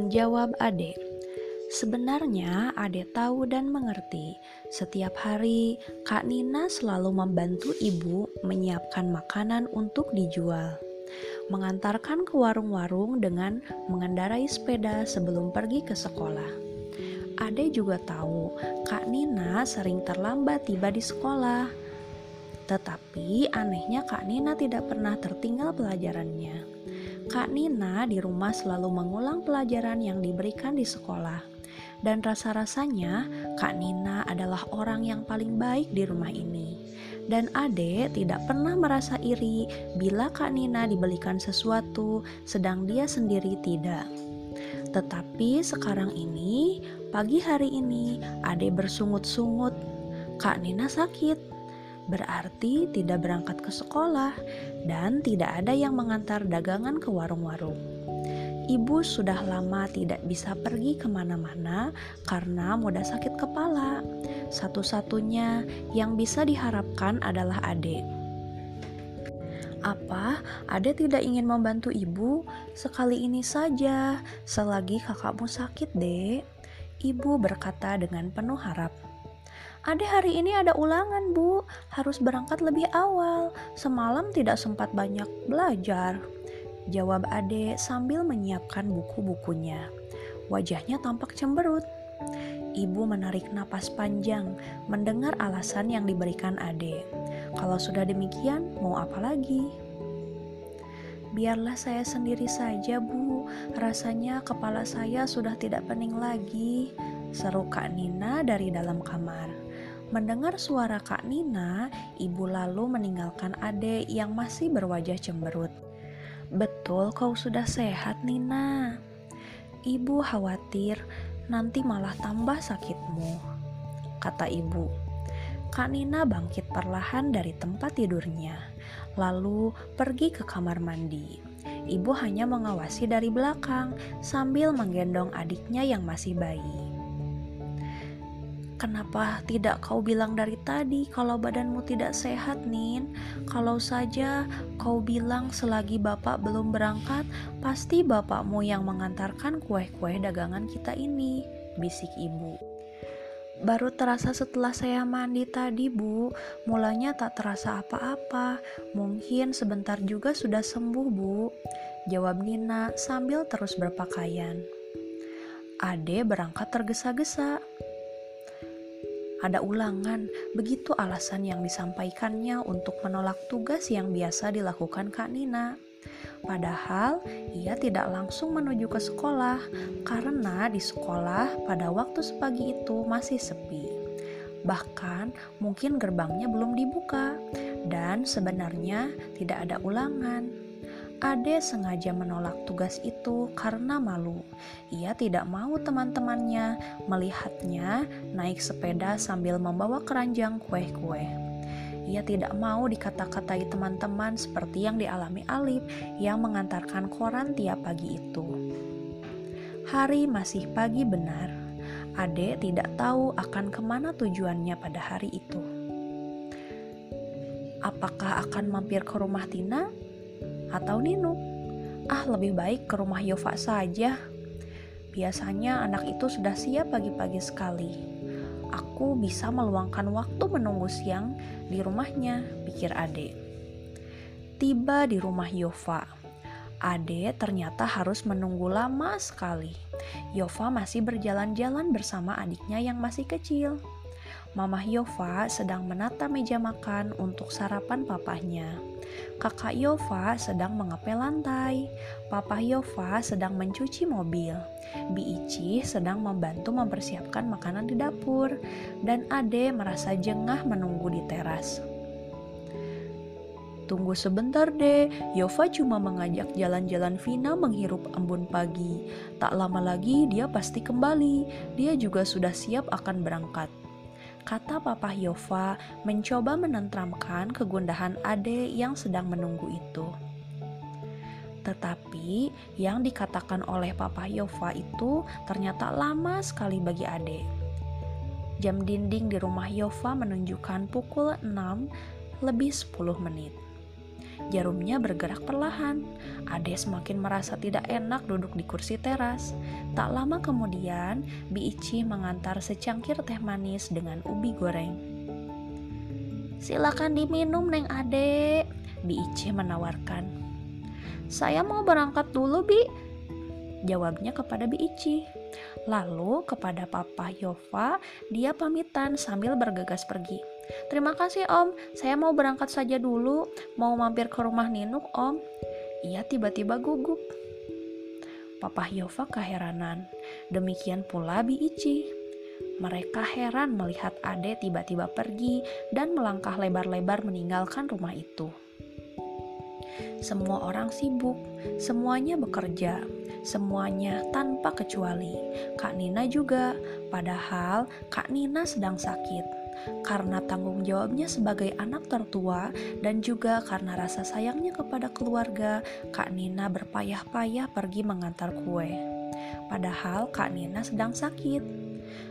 Jawab Ade. Sebenarnya Ade tahu dan mengerti. Setiap hari Kak Nina selalu membantu ibu menyiapkan makanan untuk dijual, mengantarkan ke warung-warung dengan mengendarai sepeda sebelum pergi ke sekolah. Ade juga tahu Kak Nina sering terlambat tiba di sekolah. Tetapi anehnya Kak Nina tidak pernah tertinggal pelajarannya. Kak Nina di rumah selalu mengulang pelajaran yang diberikan di sekolah. Dan rasa-rasanya Kak Nina adalah orang yang paling baik di rumah ini. Dan Ade tidak pernah merasa iri bila Kak Nina dibelikan sesuatu sedang dia sendiri tidak. Tetapi sekarang ini, pagi hari ini, Ade bersungut-sungut. Kak Nina sakit, berarti tidak berangkat ke sekolah dan tidak ada yang mengantar dagangan ke warung-warung. Ibu sudah lama tidak bisa pergi kemana-mana karena mudah sakit kepala. Satu-satunya yang bisa diharapkan adalah Ade. Apa Ade tidak ingin membantu ibu? Sekali ini saja, selagi kakakmu sakit, Dek. Ibu berkata dengan penuh harap. Ade hari ini ada ulangan, Bu. Harus berangkat lebih awal. Semalam tidak sempat banyak belajar. Jawab Ade sambil menyiapkan buku-bukunya. Wajahnya tampak cemberut. Ibu menarik napas panjang mendengar alasan yang diberikan Ade. Kalau sudah demikian, mau apa lagi? Biarlah saya sendiri saja, Bu. Rasanya kepala saya sudah tidak pening lagi, seru Kak Nina dari dalam kamar. Mendengar suara Kak Nina, ibu lalu meninggalkan Ade yang masih berwajah cemberut. Betul kau sudah sehat, Nina. Ibu khawatir nanti malah tambah sakitmu, kata ibu. Kak Nina bangkit perlahan dari tempat tidurnya, lalu pergi ke kamar mandi. Ibu hanya mengawasi dari belakang sambil menggendong adiknya yang masih bayi. Kenapa tidak kau bilang dari tadi kalau badanmu tidak sehat, Nin? Kalau saja kau bilang selagi bapak belum berangkat, pasti bapakmu yang mengantarkan kue-kue dagangan kita ini, bisik ibu. Baru terasa setelah saya mandi tadi, Bu. Mulanya tak terasa apa-apa. Mungkin sebentar juga sudah sembuh, Bu, jawab Nina sambil terus berpakaian. Ade berangkat tergesa-gesa. Ada ulangan, begitu alasan yang disampaikannya untuk menolak tugas yang biasa dilakukan Kak Nina. Padahal ia tidak langsung menuju ke sekolah karena di sekolah pada waktu sepagi itu masih sepi. Bahkan mungkin gerbangnya belum dibuka dan sebenarnya tidak ada ulangan. Ade sengaja menolak tugas itu karena malu. Ia tidak mau teman-temannya melihatnya naik sepeda sambil membawa keranjang kue-kue. Ia tidak mau dikata-katai teman-teman seperti yang dialami Alif yang mengantarkan koran tiap pagi itu. Hari masih pagi benar. Ade tidak tahu akan kemana tujuannya pada hari itu. Apakah akan mampir ke rumah Tina? Atau Ninu? Lebih baik ke rumah Yova saja. Biasanya anak itu sudah siap pagi-pagi sekali. Aku bisa meluangkan waktu menunggu siang di rumahnya, pikir Ade. Tiba di rumah Yova. Ade ternyata harus menunggu lama sekali. Yova masih berjalan-jalan bersama adiknya yang masih kecil. Mamah Yova sedang menata meja makan untuk sarapan papahnya. Kakak Yova sedang mengepel lantai. Papa Yova sedang mencuci mobil. Bi Ici sedang membantu mempersiapkan makanan di dapur. Dan Ade merasa jengah menunggu di teras. Tunggu sebentar deh, Yova cuma mengajak jalan-jalan Vina menghirup embun pagi. Tak lama lagi dia pasti kembali. Dia juga sudah siap akan berangkat, kata Papa Yova mencoba menenteramkan kegundahan Ade yang sedang menunggu itu. Tetapi yang dikatakan oleh Papa Yova itu ternyata lama sekali bagi Ade. Jam dinding di rumah Yova menunjukkan pukul 6 lebih 10 menit. Jarumnya bergerak perlahan. Ade semakin merasa tidak enak duduk di kursi teras. Tak lama kemudian, Bi Ici mengantar secangkir teh manis dengan ubi goreng. "Silakan diminum, Neng Ade," Bi Ici menawarkan. "Saya mau berangkat dulu, Bi," jawabnya kepada Bi Ici. Lalu kepada Papa Yova, dia pamitan sambil bergegas pergi. "Terima kasih Om, saya mau berangkat saja dulu, mau mampir ke rumah Ninuk Om." Ia tiba-tiba gugup. Papa Yova keheranan, demikian pula Bi Ici. Mereka heran melihat Ade tiba-tiba pergi dan melangkah lebar-lebar meninggalkan rumah itu. Semua orang sibuk, semuanya bekerja, semuanya tanpa kecuali. Kak Nina juga, padahal Kak Nina sedang sakit. Karena tanggung jawabnya sebagai anak tertua dan juga karena rasa sayangnya kepada keluarga, Kak Nina berpayah-payah pergi mengantar kue. Padahal Kak Nina sedang sakit.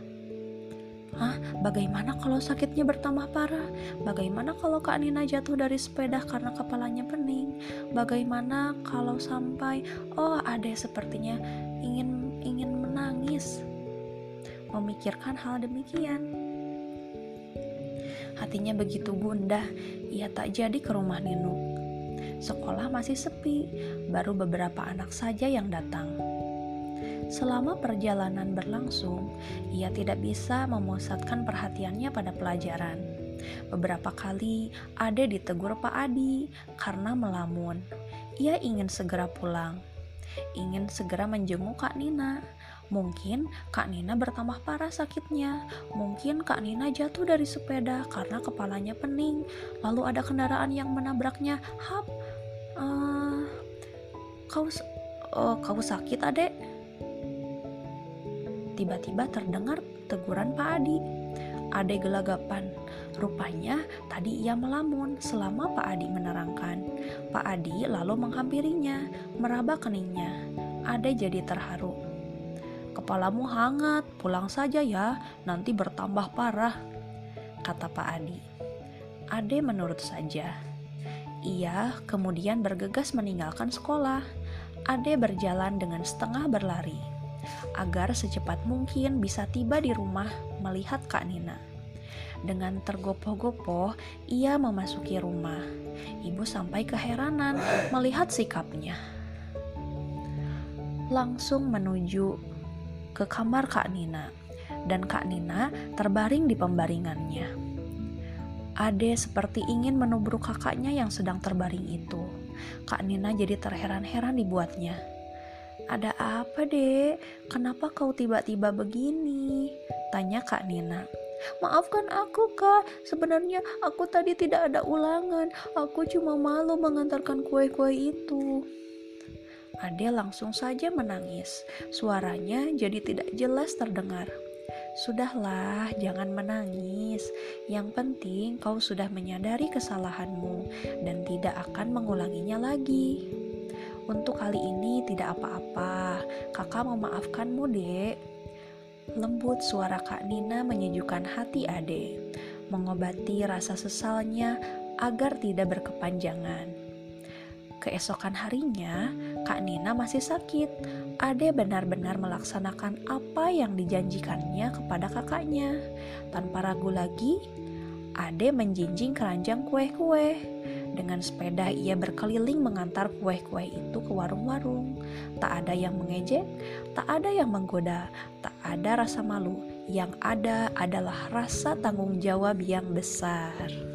Bagaimana kalau sakitnya bertambah parah? Bagaimana kalau Kak Nina jatuh dari sepeda karena kepalanya pening? Bagaimana kalau sampai, Ade sepertinya ingin menangis memikirkan hal demikian. Hatinya begitu gundah, ia tak jadi ke rumah Ninuk. Sekolah masih sepi, baru beberapa anak saja yang datang. Selama perjalanan berlangsung, ia tidak bisa memusatkan perhatiannya pada pelajaran. Beberapa kali Ade ditegur Pak Adi karena melamun. Ia ingin segera pulang, ingin segera menjenguk Kak Nina. Mungkin Kak Nina bertambah parah sakitnya. Mungkin Kak Nina jatuh dari sepeda karena kepalanya pening. Lalu ada kendaraan yang menabraknya. Kau sakit, Adek? Tiba-tiba terdengar teguran Pak Adi. Ade gelagapan. Rupanya tadi ia melamun selama Pak Adi menerangkan. Pak Adi lalu menghampirinya, meraba keningnya. Ade jadi terharu. "Kepalamu hangat, pulang saja ya, nanti bertambah parah," kata Pak Adi. Ade menurut saja. Ia kemudian bergegas meninggalkan sekolah. Ade berjalan dengan setengah berlari, agar secepat mungkin bisa tiba di rumah melihat Kak Nina. Dengan tergopoh-gopoh, ia memasuki rumah. Ibu sampai keheranan melihat sikapnya. Langsung menuju ke kamar Kak Nina, dan Kak Nina terbaring di pembaringannya. Ade seperti ingin menubruk kakaknya yang sedang terbaring itu. Kak Nina jadi terheran-heran dibuatnya. "Ada apa, Dek? Kenapa kau tiba-tiba begini?" tanya Kak Nina. "Maafkan aku, Kak. Sebenarnya aku tadi tidak ada ulangan. Aku cuma malu mengantarkan kue-kue itu." Ade langsung saja menangis. Suaranya jadi tidak jelas terdengar. "Sudahlah, jangan menangis. Yang penting kau sudah menyadari kesalahanmu dan tidak akan mengulanginya lagi. Untuk kali ini tidak apa-apa, kakak memaafkanmu, Dek." Lembut suara Kak Nina menyejukkan hati Ade, mengobati rasa sesalnya agar tidak berkepanjangan. Keesokan harinya, Kak Nina masih sakit. Ade benar-benar melaksanakan apa yang dijanjikannya kepada kakaknya. Tanpa ragu lagi, Ade menjinjing keranjang kue-kue. Dengan sepeda ia berkeliling mengantar kue-kue itu ke warung-warung. Tak ada yang mengejek, tak ada yang menggoda, tak ada rasa malu. Yang ada adalah rasa tanggung jawab yang besar.